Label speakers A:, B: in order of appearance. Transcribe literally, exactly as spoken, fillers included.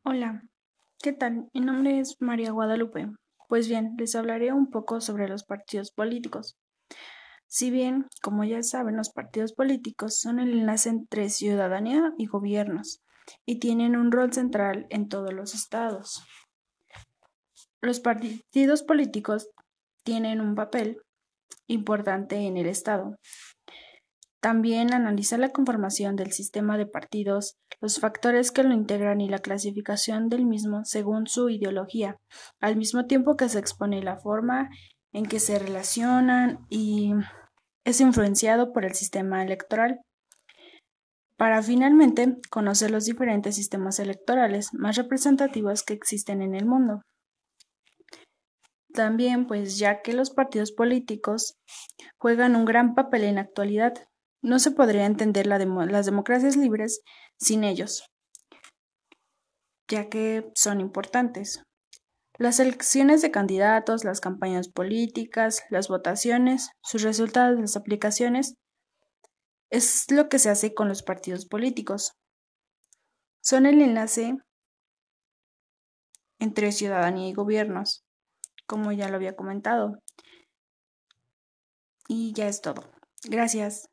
A: Hola, ¿qué tal? Mi nombre es María Guadalupe. Pues bien, les hablaré un poco sobre los partidos políticos. Si bien, como ya saben, los partidos políticos son el enlace entre ciudadanía y gobiernos y tienen un rol central en todos los estados. Los partidos políticos tienen un papel importante en el estado. También analiza la conformación del sistema de partidos, los factores que lo integran y la clasificación del mismo según su ideología, al mismo tiempo que se expone la forma en que se relacionan y es influenciado por el sistema electoral, para finalmente conocer los diferentes sistemas electorales más representativos que existen en el mundo. También, pues ya que los partidos políticos juegan un gran papel en la actualidad, no se podría entender la demo- las democracias libres sin ellos, ya que son importantes. Las elecciones de candidatos, las campañas políticas, las votaciones, sus resultados, las aplicaciones, es lo que se hace con los partidos políticos. Son el enlace entre ciudadanía y gobiernos, como ya lo había comentado. Y ya es todo. Gracias.